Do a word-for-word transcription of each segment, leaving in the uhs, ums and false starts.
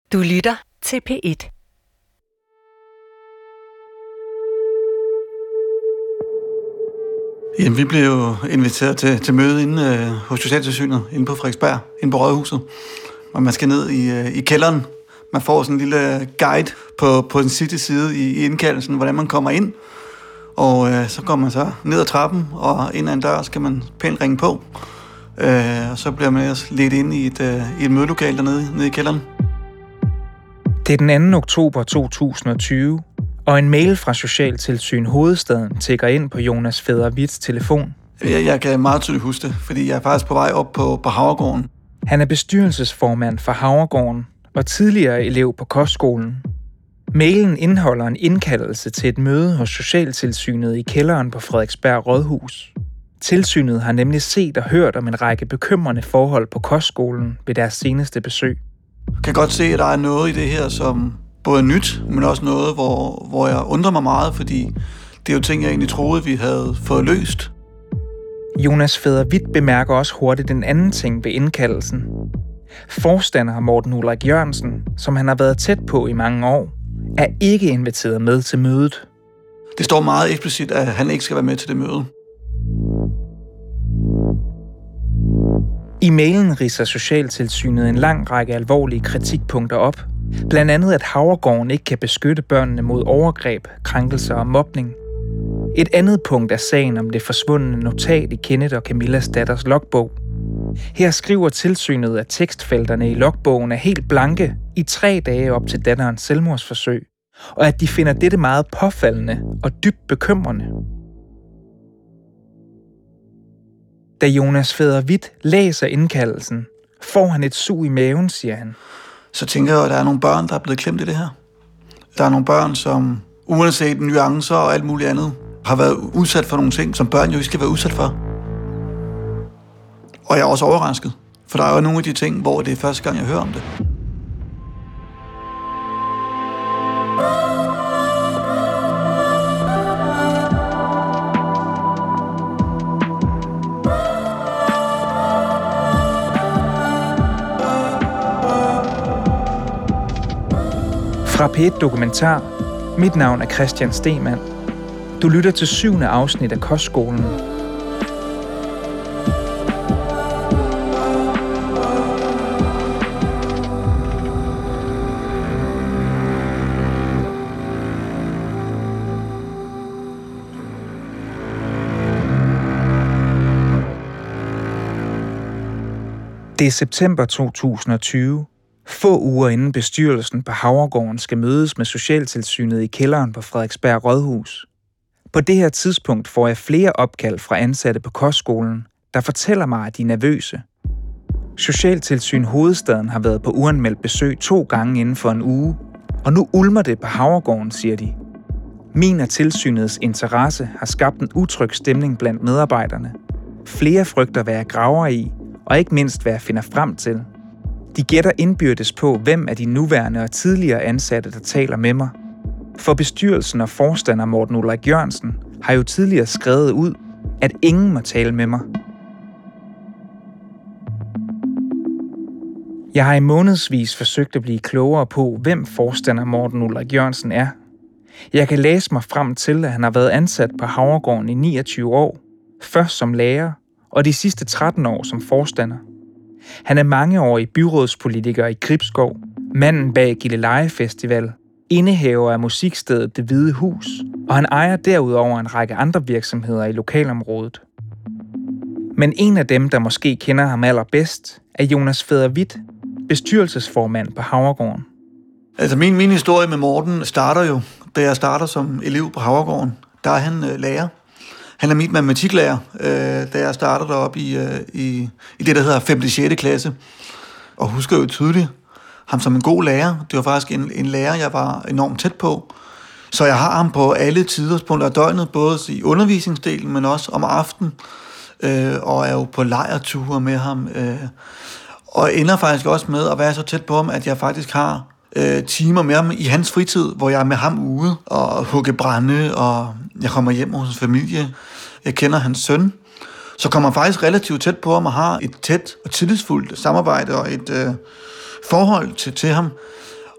Du lytter til P et. Jamen, vi blev jo inviteret til, til møde inde øh, hos Socialtilsynet, inde på Frederiksberg, inde på Rådhuset. Og man skal ned i, øh, i kælderen. Man får sådan en lille guide på, på den sidste side i, i indkaldelsen, hvordan man kommer ind. Og øh, så går man så ned ad trappen, og ind ad en dør skal man pænt ringe på. Øh, og så bliver man ellers ledt ind i et, øh, i et mødelokale dernede nede i kælderen. Det er den anden oktober to tusind og tyve, og en mail fra Socialtilsyn Hovedstaden tikker ind på Jonas Fædder-Hvidts telefon. Jeg, jeg kan meget tydeligt huske det, fordi jeg er faktisk på vej op på, på Havregården. Han er bestyrelsesformand for Havregården og tidligere elev på kostskolen. Mailen indeholder en indkaldelse til et møde hos Socialtilsynet i kælderen på Frederiksberg Rådhus. Tilsynet har nemlig set og hørt om en række bekymrende forhold på kostskolen ved deres seneste besøg. Jeg kan godt se, at der er noget i det her, som både er nyt, men også noget, hvor, hvor jeg undrer mig meget, fordi det er jo ting, jeg egentlig troede, vi havde fået løst. Jonas Fædder-Hvidt bemærker også hurtigt en anden ting ved indkaldelsen. Forstander Morten Ulrik Jørgensen, som han har været tæt på i mange år, er ikke inviteret med til mødet. Det står meget eksplicit, at han ikke skal være med til det møde. I mailen ridser Socialtilsynet en lang række alvorlige kritikpunkter op. Blandt andet, at Havregården ikke kan beskytte børnene mod overgreb, krænkelser og mobning. Et andet punkt er sagen om det forsvundne notat i Kenneth og Camillas datters logbog. Her skriver tilsynet, at tekstfelterne i logbogen er helt blanke i tre dage op til datterens selvmordsforsøg, og at de finder dette meget påfaldende og dybt bekymrende. Da Jonas Fædder-Hvidt læser indkaldelsen, får han et sug i maven, siger han. Så tænker jeg, at der er nogle børn, der er blevet klemt i det her. Der er nogle børn, som uanset nuancer og alt muligt andet, har været udsat for nogle ting, som børn jo ikke skal være udsat for. Og jeg er også overrasket, for der er jo nogle af de ting, hvor det er første gang, jeg hører om det. Fra P et Dokumentar. Mit navn er Christian Stemann. Du lytter til syvende afsnit af Kostskolen. Det er september to tusind og tyve. Få uger inden bestyrelsen på Havregården skal mødes med Socialtilsynet i kælderen på Frederiksberg Rådhus. På det her tidspunkt får jeg flere opkald fra ansatte på kostskolen, der fortæller mig, at de er nervøse. Socialtilsyn Hovedstaden har været på uanmeldt besøg to gange inden for en uge, og nu ulmer det på Havregården, siger de. Min og tilsynets interesse har skabt en utryg stemning blandt medarbejderne. Flere frygter, hvad jeg graver i, og ikke mindst, hvad jeg finder frem til. De gætter indbyrdes på, hvem af de nuværende og tidligere ansatte, der taler med mig. For bestyrelsen og forstander Morten Ulrik Jørgensen har jo tidligere skrevet ud, at ingen må tale med mig. Jeg har i månedsvis forsøgt at blive klogere på, hvem forstander Morten Ulrik Jørgensen er. Jeg kan læse mig frem til, at han har været ansat på Havregården i niogtyve år, først som lærer og de sidste tretten år som forstander. Han er mangeårig byrådspolitiker i Gribskov, manden bag Gilleleje Festival, indehaver af musikstedet Det Hvide Hus, og han ejer derudover en række andre virksomheder i lokalområdet. Men en af dem, der måske kender ham allerbedst, er Jonas Fædder-Hvidt, bestyrelsesformand på Havregården. Altså min, min historie med Morten starter jo, da jeg starter som elev på Havregården. Der er han øh, lærer. Han er mit matematiklærer, øh, da jeg startede deroppe i, øh, i, i det, der hedder femte og sjette klasse. Og husker jo tydeligt ham som en god lærer. Det var faktisk en, en lærer, jeg var enormt tæt på. Så jeg har ham på alle tidspunkter af døgnet, både i undervisningsdelen, men også om aftenen. Øh, og er jo på lejrture med ham. Øh, og ender faktisk også med at være så tæt på ham, at jeg faktisk har øh, timer med ham i hans fritid, hvor jeg er med ham ude og hugge brænde, og jeg kommer hjem hos hans familie. Jeg kender hans søn. Så kommer jeg faktisk relativt tæt på ham og har et tæt og tillidsfuldt samarbejde og et øh, forhold til, til ham.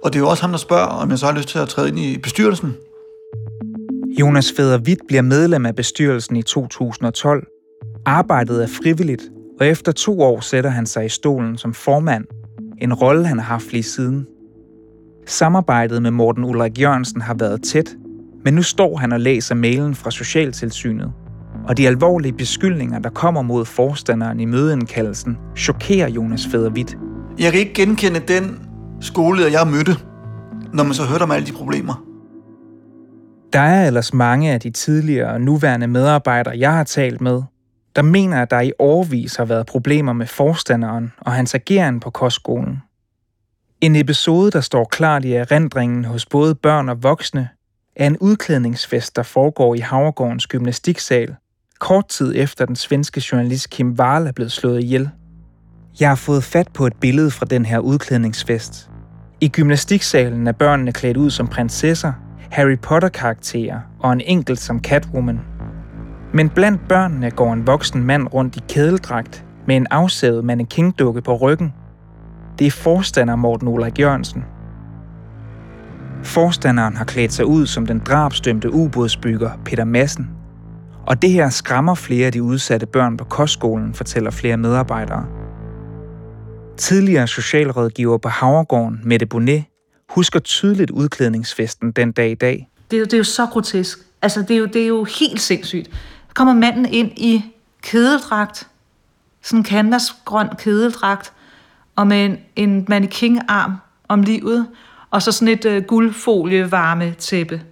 Og det er jo også ham, der spørger, om jeg så har lyst til at træde ind i bestyrelsen. Jonas Fader-Hvidt bliver medlem af bestyrelsen i to tusind og tolv. Arbejdet er frivilligt, og efter to år sætter han sig i stolen som formand. En rolle, han har haft lige siden. Samarbejdet med Morten Ulrik Jørgensen har været tæt, men nu står han og læser mailen fra Socialtilsynet. Og de alvorlige beskyldninger, der kommer mod forstanderen i mødeindkaldelsen, chokerer Jonas Fader-Hvidt. Jeg kan ikke genkende den skoleleder, jeg mødte, når man så hørte om alle de problemer. Der er ellers mange af de tidligere og nuværende medarbejdere, jeg har talt med, der mener, at der i årevis har været problemer med forstanderen og hans ageren på kostskolen. En episode, der står klart i erindringen hos både børn og voksne, er en udklædningsfest, der foregår i Havregårdens gymnastiksal, kort tid efter den svenske journalist Kim Wall er blevet slået ihjel. Jeg har fået fat på et billede fra den her udklædningsfest. I gymnastiksalen er børnene klædt ud som prinsesser, Harry Potter-karakterer og en enkelt som Catwoman. Men blandt børnene går en voksen mand rundt i kædeldragt med en afsavet mannequin-dukke på ryggen. Det er forstander Morten Ulrik Jørgensen. Forstanderen har klædt sig ud som den drabsdømte ubådsbygger Peter Madsen. Og det her skræmmer flere af de udsatte børn på kostskolen, fortæller flere medarbejdere. Tidligere socialrådgiver på Havregården, Mette Bonnet, husker tydeligt udklædningsfesten den dag i dag. Det er jo, det er jo så grotesk. Altså, det er jo, det er jo helt sindssygt. Der kommer manden ind i kædeldragt, sådan en canvasgrøn kædeldragt, og med en, en mannequin-arm om livet, og så sådan et uh, guldfolie-varmetæppe.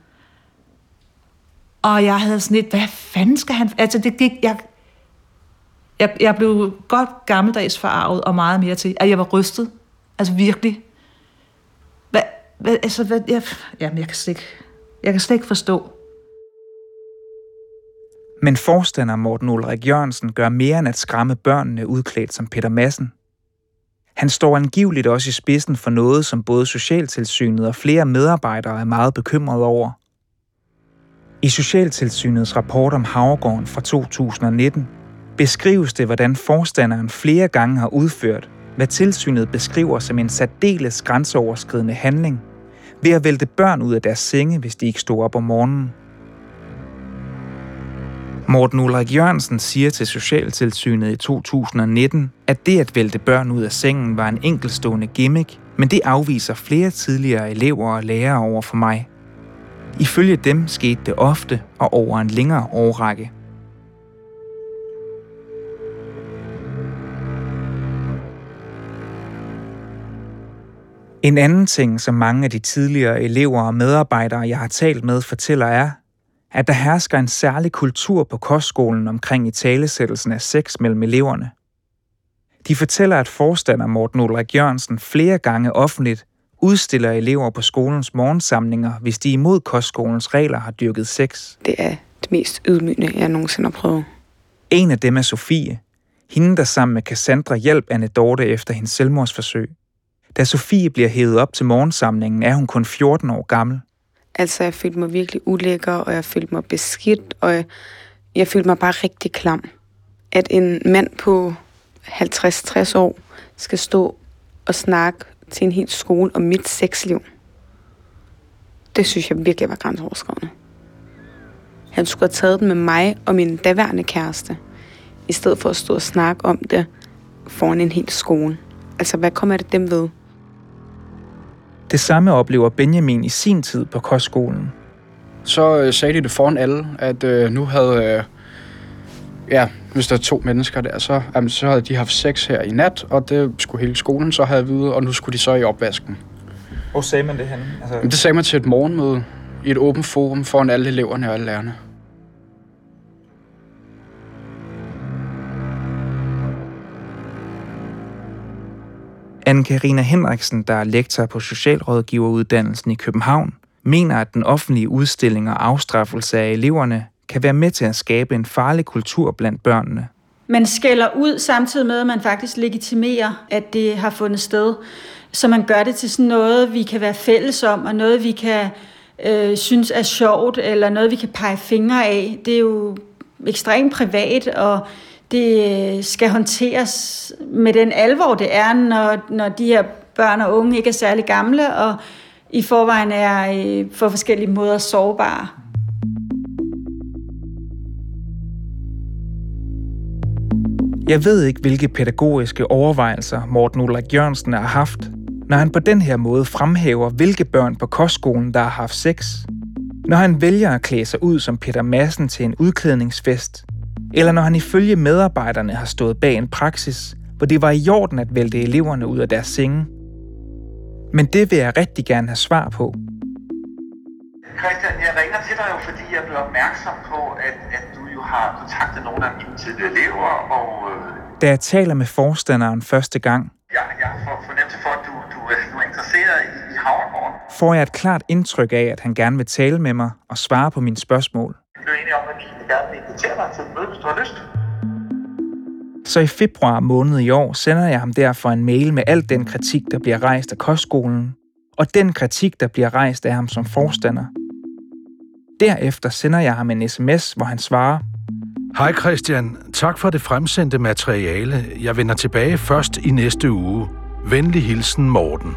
Og jeg havde sådan et, hvad fanden skal han... Altså, det gik... Jeg, jeg, jeg blev godt gammeldags forarvet, og meget mere til, at jeg var rystet. Altså, virkelig. Hvad... hvad altså, hvad... Jeg, jamen, jeg kan slet ikke... Jeg kan slet ikke forstå. Men forstander Morten Ulrik Jørgensen gør mere end at skræmme børnene udklædt som Peter Madsen. Han står angiveligt også i spidsen for noget, som både Socialtilsynet og flere medarbejdere er meget bekymrede over. I Socialtilsynets rapport om Havregården fra to tusind og nitten beskrives det, hvordan forstanderen flere gange har udført, hvad tilsynet beskriver som en særdeles grænseoverskridende handling, ved at vælte børn ud af deres senge, hvis de ikke stod op om morgenen. Morten Ulrik Jørgensen siger til Socialtilsynet i to tusind og nitten, at det at vælte børn ud af sengen var en enkeltstående gimmick, men det afviser flere tidligere elever og lærere over for mig. Ifølge dem skete det ofte og over en længere årrække. En anden ting, som mange af de tidligere elever og medarbejdere, jeg har talt med, fortæller er, at der hersker en særlig kultur på kostskolen omkring italesættelsen af sex mellem eleverne. De fortæller, at forstander Morten Ulrik Jørgensen flere gange offentligt udstiller elever på skolens morgensamlinger, hvis de imod kostskolens regler har dyrket sex. Det er det mest ydmygende, jeg nogensinde har prøvet. En af dem er Sofie, hende der sammen med Cassandra hjalp Anne Dorte efter hendes selvmordsforsøg. Da Sofie bliver hævet op til morgensamlingen, er hun kun fjorten år gammel. Altså, jeg følte mig virkelig ulækker, og jeg følte mig beskidt, og jeg, jeg følte mig bare rigtig klam. At en mand på halvtreds til tres år skal stå og snakke til en hel skole om mit sexliv, det synes jeg virkelig var grænseoverskridende. Han skulle have taget den med mig og min daværende kæreste, i stedet for at stå og snakke om det foran en hel skole. Altså, hvad kommer det dem ved? Det samme oplever Benjamin i sin tid på kostskolen. Så øh, sagde de det foran alle, at øh, nu havde, øh, ja, hvis der er to mennesker der, så, jamen, så havde de haft sex her i nat, og det skulle hele skolen så have at vide, og nu skulle de så i opvasken. Hvor sagde man det henne? Altså... Jamen, det sagde man til et morgenmøde i et åbent forum foran alle eleverne og alle lærerne. Anne-Carina Henriksen, der er lektor på socialrådgiveruddannelsen i København, mener, at den offentlige udstilling og afstraffelse af eleverne kan være med til at skabe en farlig kultur blandt børnene. Man skælder ud samtidig med, at man faktisk legitimerer, at det har fundet sted. Så man gør det til sådan noget, vi kan være fælles om, og noget, vi kan øh, synes er sjovt, eller noget, vi kan pege fingre af. Det er jo ekstremt privat, og det skal håndteres med den alvor, det er, når, når de her børn og unge ikke er særlig gamle, og i forvejen er øh, på forskellige måder sårbare. Jeg ved ikke, hvilke pædagogiske overvejelser Morten Ulrik Jørgensen har haft, når han på den her måde fremhæver, hvilke børn på kostskolen, der har haft sex. Når han vælger at klæde sig ud som Peter Madsen til en udklædningsfest, eller når han ifølge medarbejderne har stået bag en praksis, hvor det var i orden at vælte eleverne ud af deres senge. Men det vil jeg rigtig gerne have svar på. Christian, jeg ringer til dig jo, fordi jeg blev opmærksom på, at, at du jo har kontaktet nogle af mine tidligere elever, og... Øh... Da jeg taler med forstanderen første gang, ja, jeg får fornemmelse for, at du, du, du er interesseret i, i Havregården. Får jeg et klart indtryk af, at han gerne vil tale med mig og svare på mine spørgsmål. Jeg blev enige om, at vi gerne vil invitere dig til et møde, hvis du har lyst. Så i februar måned i år sender jeg ham derfor en mail med al den kritik, der bliver rejst af kostskolen, og den kritik, der bliver rejst af ham som forstander. Derefter sender jeg ham en sms, hvor han svarer: Hej Christian, tak for det fremsendte materiale. Jeg vender tilbage først i næste uge. Venlig hilsen, Morten.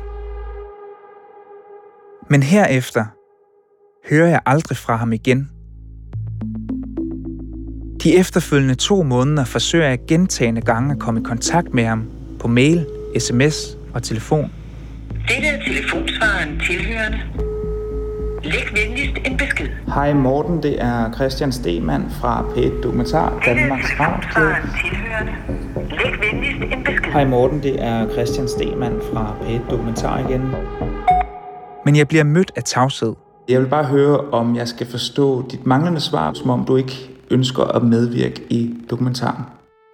Men herefter hører jeg aldrig fra ham igen. De efterfølgende to måneder forsøger jeg gentagne gange at komme i kontakt med ham på mail, sms og telefon. Dette er telefonsvareren tilhørende. Læg venligst en besked. Hej Morten, det er Christian Stemann fra P et Dokumentar, Danmarks Radio. Tilhørende. Læg venligst en besked. Hej Morten, det er Christian Stemann fra P et Dokumentar igen. Men jeg bliver mødt af tavshed. Jeg vil bare høre, om jeg skal forstå dit manglende svar, som om du ikke ønsker at medvirke i dokumentaren.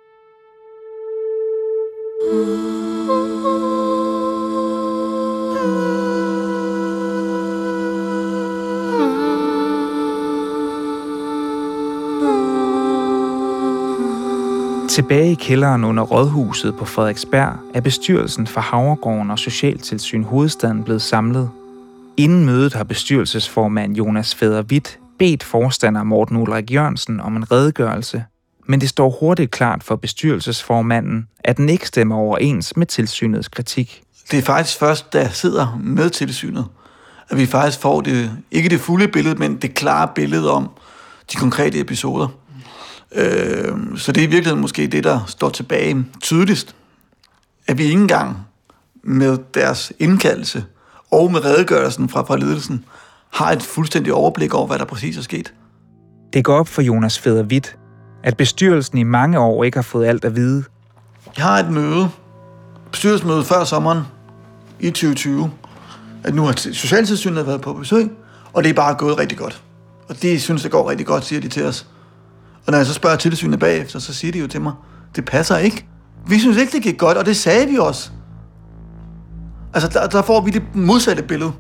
Tilbage i kælderen under Rådhuset på Frederiksberg er bestyrelsen for Havregården og Socialtilsyn Hovedstaden blevet samlet. Inden mødet har bestyrelsesformand Jonas Fæder-Hvidt bedt forstander Morten Ulrik Jørgensen om en redegørelse, men det står hurtigt klart for bestyrelsesformanden, at den ikke stemmer overens med tilsynets kritik. Det er faktisk først, da jeg sidder med tilsynet, at vi faktisk får det, ikke det fulde billede, men det klare billede om de konkrete episoder. Øh, så det er i virkeligheden måske det, der står tilbage tydeligst, at vi ikke engang med deres indkaldelse og med redegørelsen fra, fra ledelsen har et fuldstændigt overblik over, hvad der præcis er sket. Det går op for Jonas Fæder-Hvidt, at bestyrelsen i mange år ikke har fået alt at vide. Jeg har et møde, bestyrelsesmøde før sommeren i tyve tyve, at nu har Socialtilsynet været på besøg, og det er bare gået rigtig godt. Og de synes, det går rigtig godt, siger de til os. Og når jeg så spørger tilsynet bagefter, så siger de jo til mig, det passer ikke. Vi synes ikke, det gik godt, og det sagde vi også. Altså, der, der får vi det modsatte billede.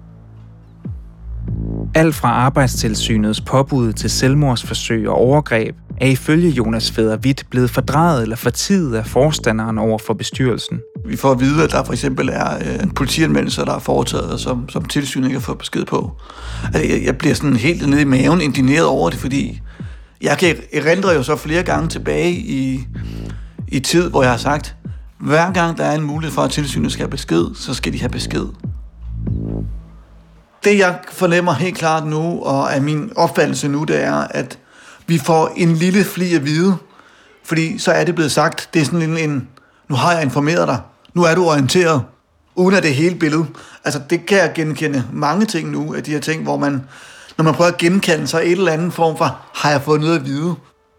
Alt fra Arbejdstilsynets påbud til selvmordsforsøg og overgreb er ifølge Jonas Fæder-Hvidt blevet fordrejet eller fortiet af forstanderen over for bestyrelsen. Vi får at vide, at der for eksempel er en politianmeldelse, der er foretaget, som, som tilsynet ikke har fået besked på. Altså, jeg, jeg bliver sådan helt nede i maven indigneret over det, fordi jeg kan erindre jo så flere gange tilbage i, i tid, hvor jeg har sagt, hver gang der er en mulighed for, at tilsynet skal have besked, så skal de have besked. Det jeg fornemmer helt klart nu, og er min opfattelse nu, det er, at vi får en lille fli at vide, fordi så er det blevet sagt, det er sådan en, en nu har jeg informeret dig, nu er du orienteret, uden at det hele billede. Altså det kan jeg genkende mange ting nu, af de her ting, hvor man, når man prøver at genkalde sig et eller andet form for, har jeg fået noget at vide.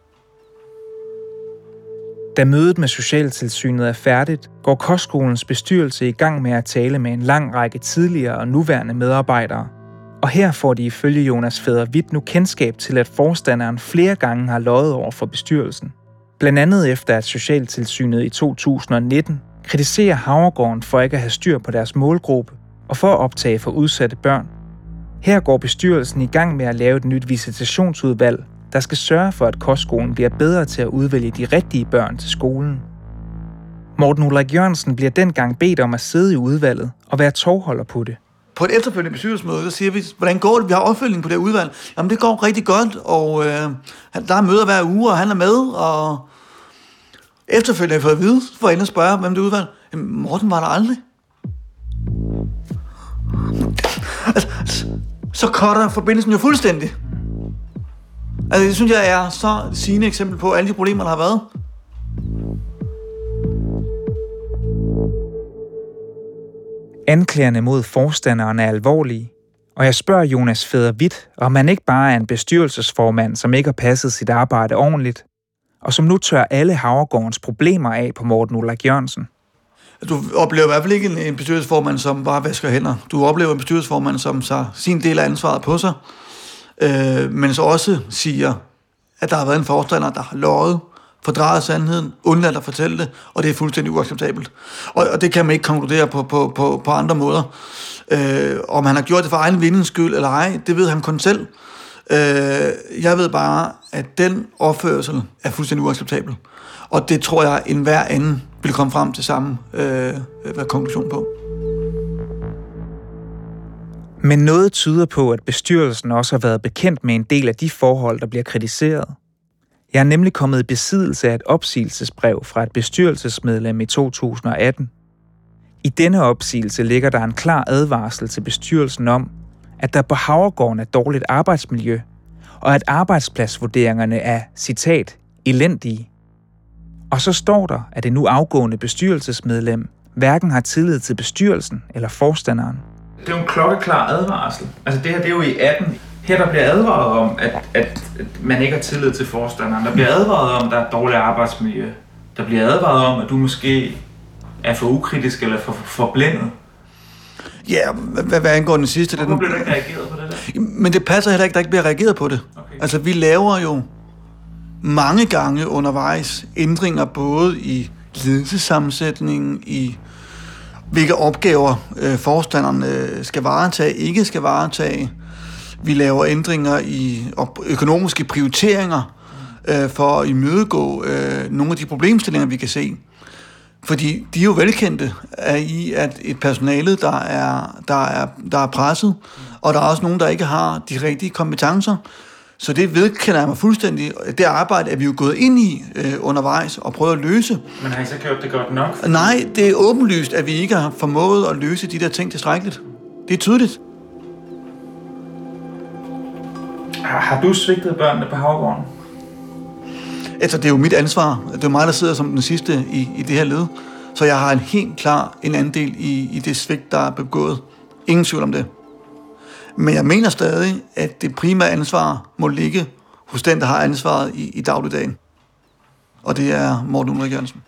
Da mødet med Socialtilsynet er færdigt, går kostskolens bestyrelse i gang med at tale med en lang række tidligere og nuværende medarbejdere. Og her får de ifølge Jonas Fæder-Hvidt nu kendskab til, at forstanderen flere gange har løjet over for bestyrelsen. Blandt andet efter, at Socialtilsynet i to tusind nitten kritiserer Havregården for ikke at have styr på deres målgruppe og for at optage for udsatte børn. Her går bestyrelsen i gang med at lave et nyt visitationsudvalg, der skal sørge for, at kostskolen bliver bedre til at udvælge de rigtige børn til skolen. Morten Ulrik Jørgensen bliver dengang bedt om at sidde i udvalget og være tovholder på det. På et efterfølgende bestyrelsesmøde, så siger vi, hvordan går det? Vi har opfølgning på det udvalg. Jamen, det går rigtig godt, og øh, der er møder hver uge, og han er med, og efterfølgende har jeg fået at vide, for at spørge, hvem det udvalg. Jamen, Morten var der aldrig. Altså, så cutter forbindelsen jo fuldstændig. Altså, det synes jeg er så sigende eksempel på alle de problemer, der har været. Anklagerne mod forstanderen er alvorlige, og jeg spørger Jonas Fæder-Hvidt, om han ikke bare er en bestyrelsesformand, som ikke har passet sit arbejde ordentligt, og som nu tør alle Havregårdens problemer af på Morten Ulrik Jørgensen. Du oplever i hvert fald ikke en bestyrelsesformand, som bare vasker hænder. Du oplever en bestyrelsesformand, som tager sin del af ansvaret på sig, øh, men så også siger, at der har været en forstander, der har løjet, fordrejet sandheden, undladt at fortælle det, og det er fuldstændig uacceptabelt. Og, og det kan man ikke konkludere på, på, på, på andre måder. Øh, om han har gjort det for egen vindens skyld eller ej, det ved han kun selv. Øh, jeg ved bare, at den opførsel er fuldstændig uacceptabel. Og det tror jeg, en hver anden vil komme frem til samme øh, konklusion på. Men noget tyder på, at bestyrelsen også har været bekendt med en del af de forhold, der bliver kritiseret. Jeg er nemlig kommet i besiddelse af et opsigelsesbrev fra et bestyrelsesmedlem i to tusind og atten. I denne opsigelse ligger der en klar advarsel til bestyrelsen om, at der på Havregården er dårligt arbejdsmiljø, og at arbejdspladsvurderingerne er, citat, elendige. Og så står der, at det nu afgående bestyrelsesmedlem hverken har tillid til bestyrelsen eller forstanderen. Det er jo en klokkeklar advarsel. Altså det her, det er jo i atten. Her der bliver advaret om, at, at, at man ikke har tillid til forstanderen. Der bliver advaret om, at der er dårligt arbejdsmiljø. Der bliver advaret om, at du måske er for ukritisk eller for forblændet. Ja, hvad, hvad angår den sidste... Hvorfor bliver der ikke reageret på det der? Men det passer heller ikke, der ikke bliver reageret på det. Okay. Altså, vi laver jo mange gange undervejs ændringer, både i ledelsessammensætningen, i hvilke opgaver øh, forstanderen øh, skal varetage, ikke skal varetage. Vi laver ændringer i økonomiske prioriteringer øh, for at imødegå øh, nogle af de problemstillinger, vi kan se. Fordi de er jo velkendte af i, at et personale, der er, der, er, der er presset, og der er også nogen, der ikke har de rigtige kompetencer. Så det vedkender jeg mig fuldstændig. Det arbejde er vi jo gået ind i øh, undervejs og prøvet at løse. Men har I så gjort det godt nok? Nej, det er åbenlyst, at vi ikke har formået at løse de der ting tilstrækkeligt. Det er tydeligt. Har du svigtet børnene på Havregården? Altså, det er jo mit ansvar. Det er mig, der sidder som den sidste i, i det her led. Så jeg har en helt klar en andel i, i det svigt, der er begået. Ingen tvivl om det. Men jeg mener stadig, at det primære ansvar må ligge hos den, der har ansvaret i, i dagligdagen. Og det er Morten Ulrik Jørgensen.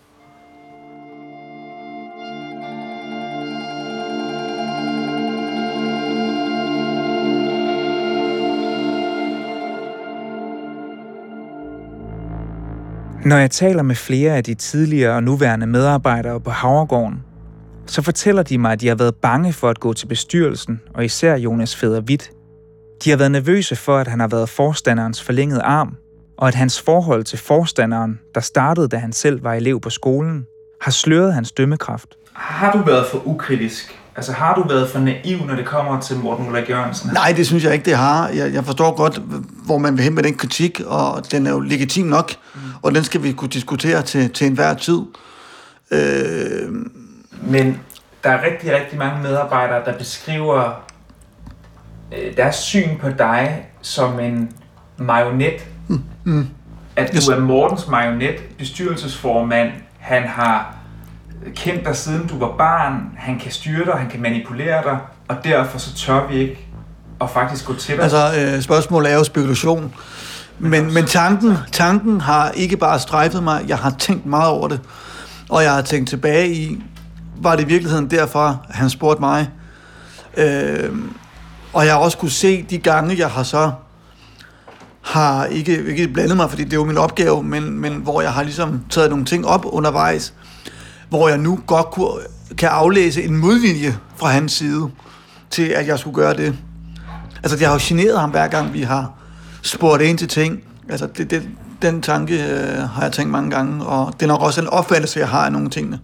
Når jeg taler med flere af de tidligere og nuværende medarbejdere på Havregården, så fortæller de mig, at de har været bange for at gå til bestyrelsen, og især Jonas Fæder-Hvidt. De har været nervøse for, at han har været forstanderens forlængede arm, og at hans forhold til forstanderen, der startede, da han selv var elev på skolen, har sløret hans dømmekraft. Har du været for ukritisk? Altså har du været for naiv, når det kommer til Morten Ulrik Jørgensen? Nej, det synes jeg ikke, det har. Jeg, jeg forstår godt, hvor man vil hen med den kritik, og den er jo legitim nok, mm. og den skal vi kunne diskutere til, til enhver tid. Øh... Men der er rigtig, rigtig mange medarbejdere, der beskriver øh, deres syn på dig som en marionet. Mm. Mm. At du yes. er Mortens marionet, bestyrelsesformand. Han har kendt dig siden du var barn. Han kan styre dig, han kan manipulere dig, og derfor så tør vi ikke at faktisk gå til dig. Altså, øh, spørgsmålet er jo spekulation. Men, men tanken, tanken har ikke bare strejfet mig, jeg har tænkt meget over det. Og jeg har tænkt tilbage i, var det i virkeligheden derfor, han spurgte mig. Øh, og jeg har også kunne se de gange, jeg har så har ikke, ikke blandet mig, fordi det er jo min opgave, men, men hvor jeg har ligesom taget nogle ting op undervejs, hvor jeg nu godt kunne, kan aflæse en modvilje fra hans side til, at jeg skulle gøre det. Altså, det har jo generet ham, hver gang vi har spurgt ind til ting. Altså, det, det, den tanke øh, har jeg tænkt mange gange, og det er nok også en opfattelse, jeg har af nogle tingene.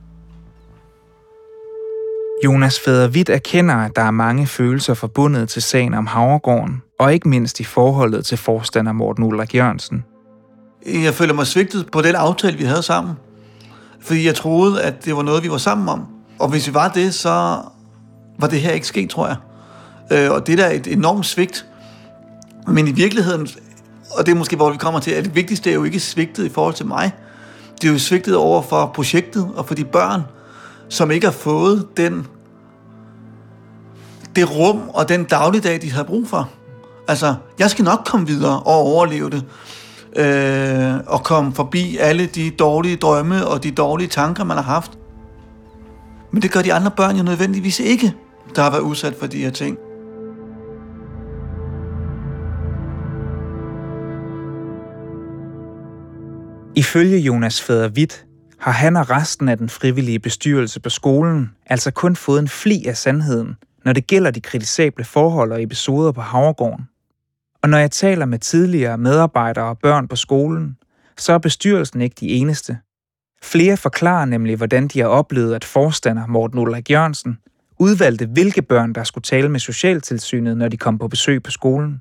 Jonas Fæder-Hvidt erkender, at der er mange følelser forbundet til sagen om Havregården, og ikke mindst i forholdet til forstander Morten Ulrik Jørgensen. Jeg føler mig svigtet på den aftale, vi havde sammen. Fordi jeg troede, at det var noget, vi var sammen om. Og hvis vi var det, så var det her ikke sket, tror jeg. Øh, og det der er et enormt svigt. Men i virkeligheden, og det er måske, hvor vi kommer til, at det vigtigste er jo ikke svigtet i forhold til mig. Det er jo svigtet over for projektet og for de børn, som ikke har fået den, det rum og den dagligdag, de har brug for. Altså, jeg skal nok komme videre og overleve det. Øh, og komme forbi alle de dårlige drømme og de dårlige tanker, man har haft. Men det gør de andre børn jo nødvendigvis ikke, der har været udsat for de her ting. Ifølge Jonas Fader-Hvidt har han og resten af den frivillige bestyrelse på skolen altså kun fået en fli af sandheden, når det gælder de kritisable forhold og episoder på Havregården. Og når jeg taler med tidligere medarbejdere og børn på skolen, så er bestyrelsen ikke de eneste. Flere forklarer nemlig, hvordan de har oplevet, at forstander Morten Ulrik Jørgensen udvalgte, hvilke børn, der skulle tale med socialtilsynet, når de kom på besøg på skolen.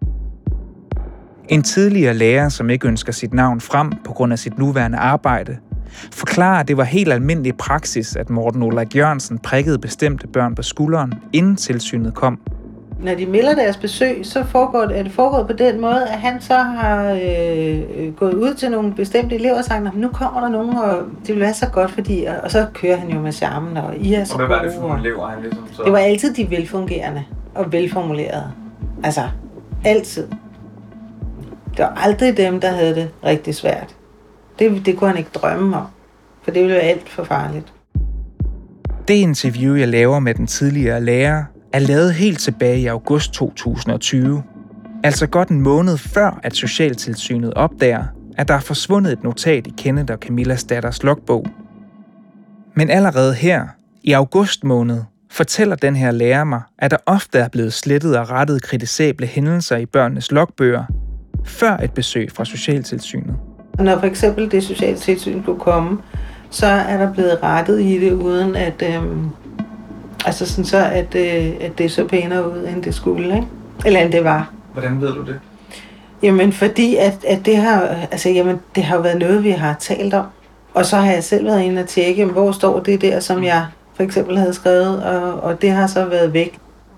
En tidligere lærer, som ikke ønsker sit navn frem på grund af sit nuværende arbejde, forklarer, at det var helt almindelig praksis, at Morten Ulrik Jørgensen prikkede bestemte børn på skulderen, inden tilsynet kom. Når de melder deres besøg, så foregår det, er det foregået på den måde, at han så har øh, gået ud til nogle bestemte elever og sagt, nu kommer der nogen, og det vil være så godt, fordi... Og så kører han jo med charmen, og I er så og hvad var det for nogle elever, han ligesom så? Det var altid de velfungerende og velformulerede. Altså, altid. Det var aldrig dem, der havde det rigtig svært. Det, det kunne han ikke drømme om, for det ville være alt for farligt. Det interview, jeg laver med den tidligere lærer, er lavet helt tilbage i august to tusind og tyve. Altså godt en måned før, at Socialtilsynet opdager, at der er forsvundet et notat i Kenneth og Camillas datters logbog. Men allerede her, i august måned, fortæller den her lærer mig, at der ofte er blevet slettet og rettet kritisable hændelser i børnenes logbøger, før et besøg fra Socialtilsynet. Når for eksempel det Socialtilsyn kunne komme, så er der blevet rettet i det, uden at, øhm, altså sådan så, at, øh, at det så pænere ud, end det skulle, ikke? Eller end det var. Hvordan ved du det? Jamen, fordi at, at det, har, altså, jamen, det har været noget, vi har talt om. Og så har jeg selv været inde og tjekke, hvor står det der, som jeg for eksempel havde skrevet, og, og det har så været væk.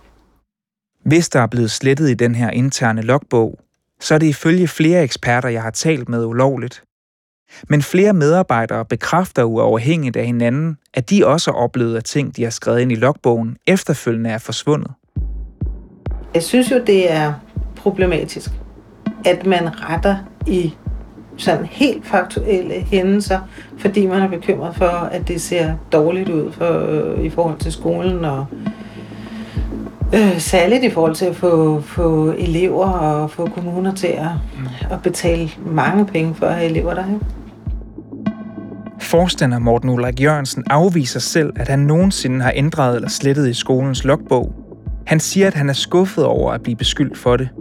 Hvis der er blevet slettet i den her interne logbog, så er det ifølge flere eksperter, jeg har talt med, ulovligt. Men flere medarbejdere bekræfter uafhængigt af hinanden, at de også har oplevet, at ting, de har skrevet ind i logbogen, efterfølgende er forsvundet. Jeg synes jo, det er problematisk, at man retter i sådan helt faktuelle hændelser, fordi man er bekymret for, at det ser dårligt ud for, øh, i forhold til skolen, og øh, særligt i forhold til at få, få elever og få kommuner til at, at betale mange penge for at have elever der. Forstander Morten Ulrik Jørgensen afviser selv, at han nogensinde har ændret eller slettet i skolens logbog. Han siger, at han er skuffet over at blive beskyldt for det.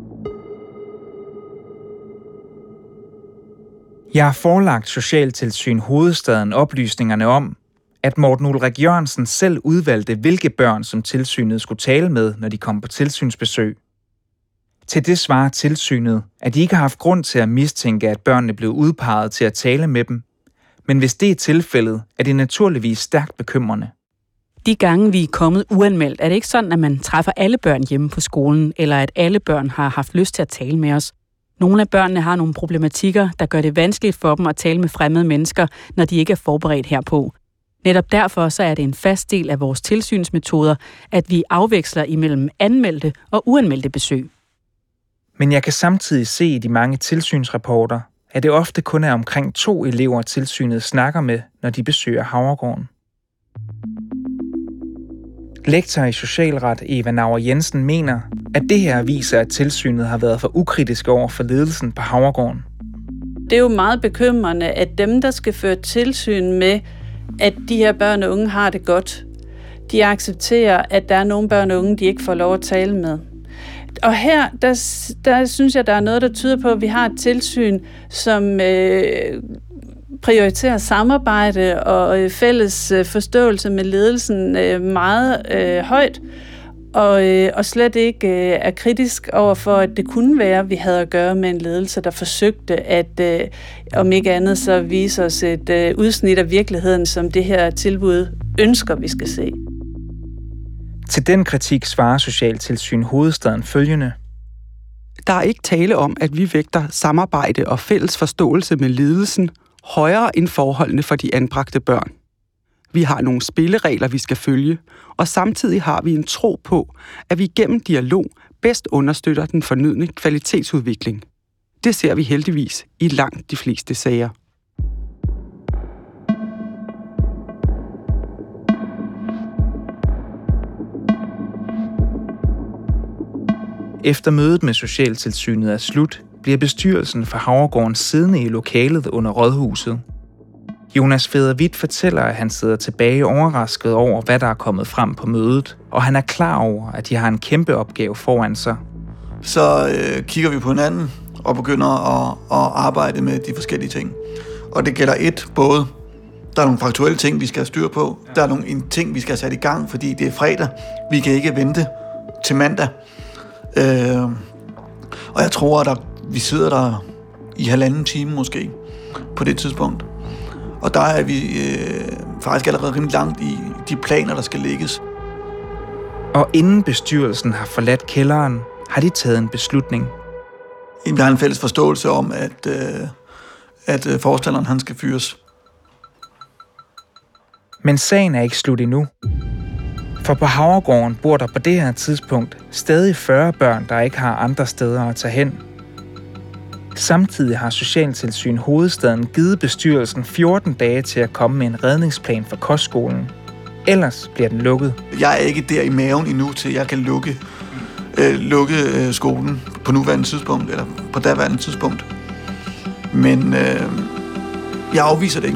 Jeg har forelagt Socialtilsyn Hovedstaden oplysningerne om, at Morten Ulrik Jørgensen selv udvalgte, hvilke børn, som tilsynet skulle tale med, når de kom på tilsynsbesøg. Til det svarer tilsynet, at de ikke har haft grund til at mistænke, at børnene blev udpeget til at tale med dem. Men hvis det er tilfældet, er det naturligvis stærkt bekymrende. De gange, vi er kommet uanmeldt, er det ikke sådan, at man træffer alle børn hjemme på skolen, eller at alle børn har haft lyst til at tale med os. Nogle af børnene har nogle problematikker, der gør det vanskeligt for dem at tale med fremmede mennesker, når de ikke er forberedt herpå. Netop derfor så er det en fast del af vores tilsynsmetoder, at vi afveksler imellem anmeldte og uanmeldte besøg. Men jeg kan samtidig se i de mange tilsynsrapporter, at det ofte kun er omkring to elever, tilsynet snakker med, når de besøger Havregården. Lektor i socialret Eva Nauer Jensen mener, at det her viser, at tilsynet har været for ukritisk over for ledelsen på Havregården. Det er jo meget bekymrende, at dem, der skal føre tilsyn med, at de her børn og unge har det godt, de accepterer, at der er nogle børn og unge, de ikke får lov at tale med. Og her, der, der synes jeg, der er noget, der tyder på, at vi har et tilsyn, som øh, prioriterer samarbejde og øh, fælles øh, forståelse med ledelsen øh, meget øh, højt, og, øh, og slet ikke øh, er kritisk over for, at det kunne være, at vi havde at gøre med en ledelse, der forsøgte at, øh, om ikke andet, så vise os et øh, udsnit af virkeligheden, som det her tilbud ønsker, vi skal se. Til den kritik svarer Socialtilsyn Hovedstaden følgende. Der er ikke tale om, at vi vægter samarbejde og fælles forståelse med ledelsen højere end forholdene for de anbragte børn. Vi har nogle spilleregler, vi skal følge, og samtidig har vi en tro på, at vi gennem dialog bedst understøtter den fornødne kvalitetsudvikling. Det ser vi heldigvis i langt de fleste sager. Efter mødet med Socialtilsynet er slut, bliver bestyrelsen for Havregården siddende i lokalet under rådhuset. Jonas Feder-Hvidt fortæller, at han sidder tilbage overrasket over, hvad der er kommet frem på mødet, og han er klar over, at de har en kæmpe opgave foran sig. Så øh, kigger vi på hinanden og begynder at, at arbejde med de forskellige ting. Og det gælder et, både, der er nogle faktuelle ting, vi skal have styr på, der er nogle en ting, vi skal have sat i gang, fordi det er fredag. Vi kan ikke vente til mandag. Øh, og jeg tror, at der, vi sidder der i halvanden time måske, på det tidspunkt. Og der er vi øh, faktisk allerede rimelig langt i de planer, der skal lægges. Og inden bestyrelsen har forladt kælderen, har de taget en beslutning. Vi har en fælles forståelse om, at, øh, at øh, forstanderen han skal fyres. Men sagen er ikke slut endnu. For på Havregården bor der på det her tidspunkt stadig fyrre børn, der ikke har andre steder at tage hen. Samtidig har Socialtilsyn Hovedstaden givet bestyrelsen fjorten dage til at komme med en redningsplan for kostskolen. Ellers bliver den lukket. Jeg er ikke der i maven endnu, til jeg kan lukke, øh, lukke øh, skolen på nuværende tidspunkt, eller på daværende tidspunkt. Men øh, jeg afviser det ikke.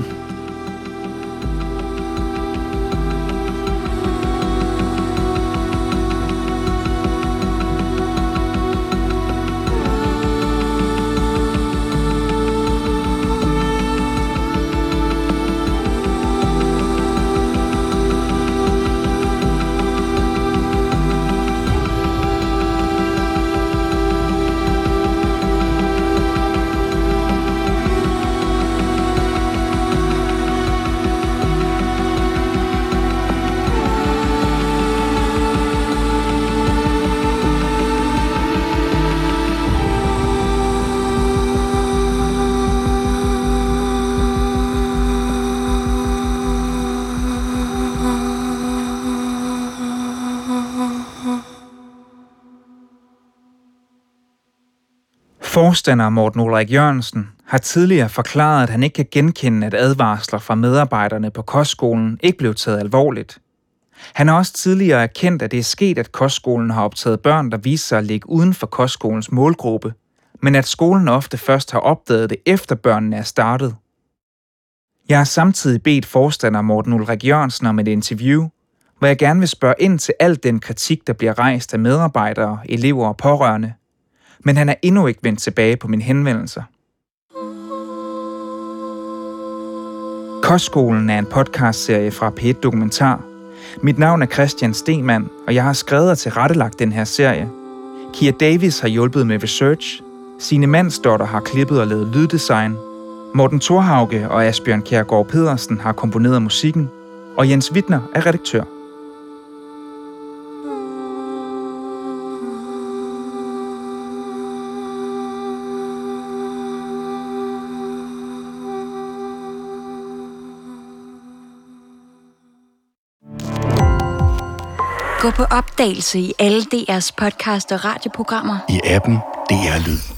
Forstander Morten Ulrik Jørgensen har tidligere forklaret, at han ikke kan genkende, at advarsler fra medarbejderne på kostskolen ikke blev taget alvorligt. Han har også tidligere erkendt, at det er sket, at kostskolen har optaget børn, der viser sig at ligge uden for kostskolens målgruppe, men at skolen ofte først har opdaget det, efter børnene er startet. Jeg har samtidig bedt forstander Morten Ulrik Jørgensen om et interview, hvor jeg gerne vil spørge ind til al den kritik, der bliver rejst af medarbejdere, elever og pårørende. Men han er endnu ikke vendt tilbage på mine henvendelser. Kostskolen er en podcastserie fra P et Dokumentar. Mit navn er Christian Stemann, og jeg har skrevet og tilrettelagt den her serie. Kia Davis har hjulpet med research. Signe Mandsdotter har klippet og lavet lyddesign. Morten Thorhauge og Asbjørn Kjærgaard Pedersen har komponeret musikken. Og Jens Wittner er redaktør. Gå på opdagelse i alle D R's podcast og radioprogrammer. I appen D R Lyd.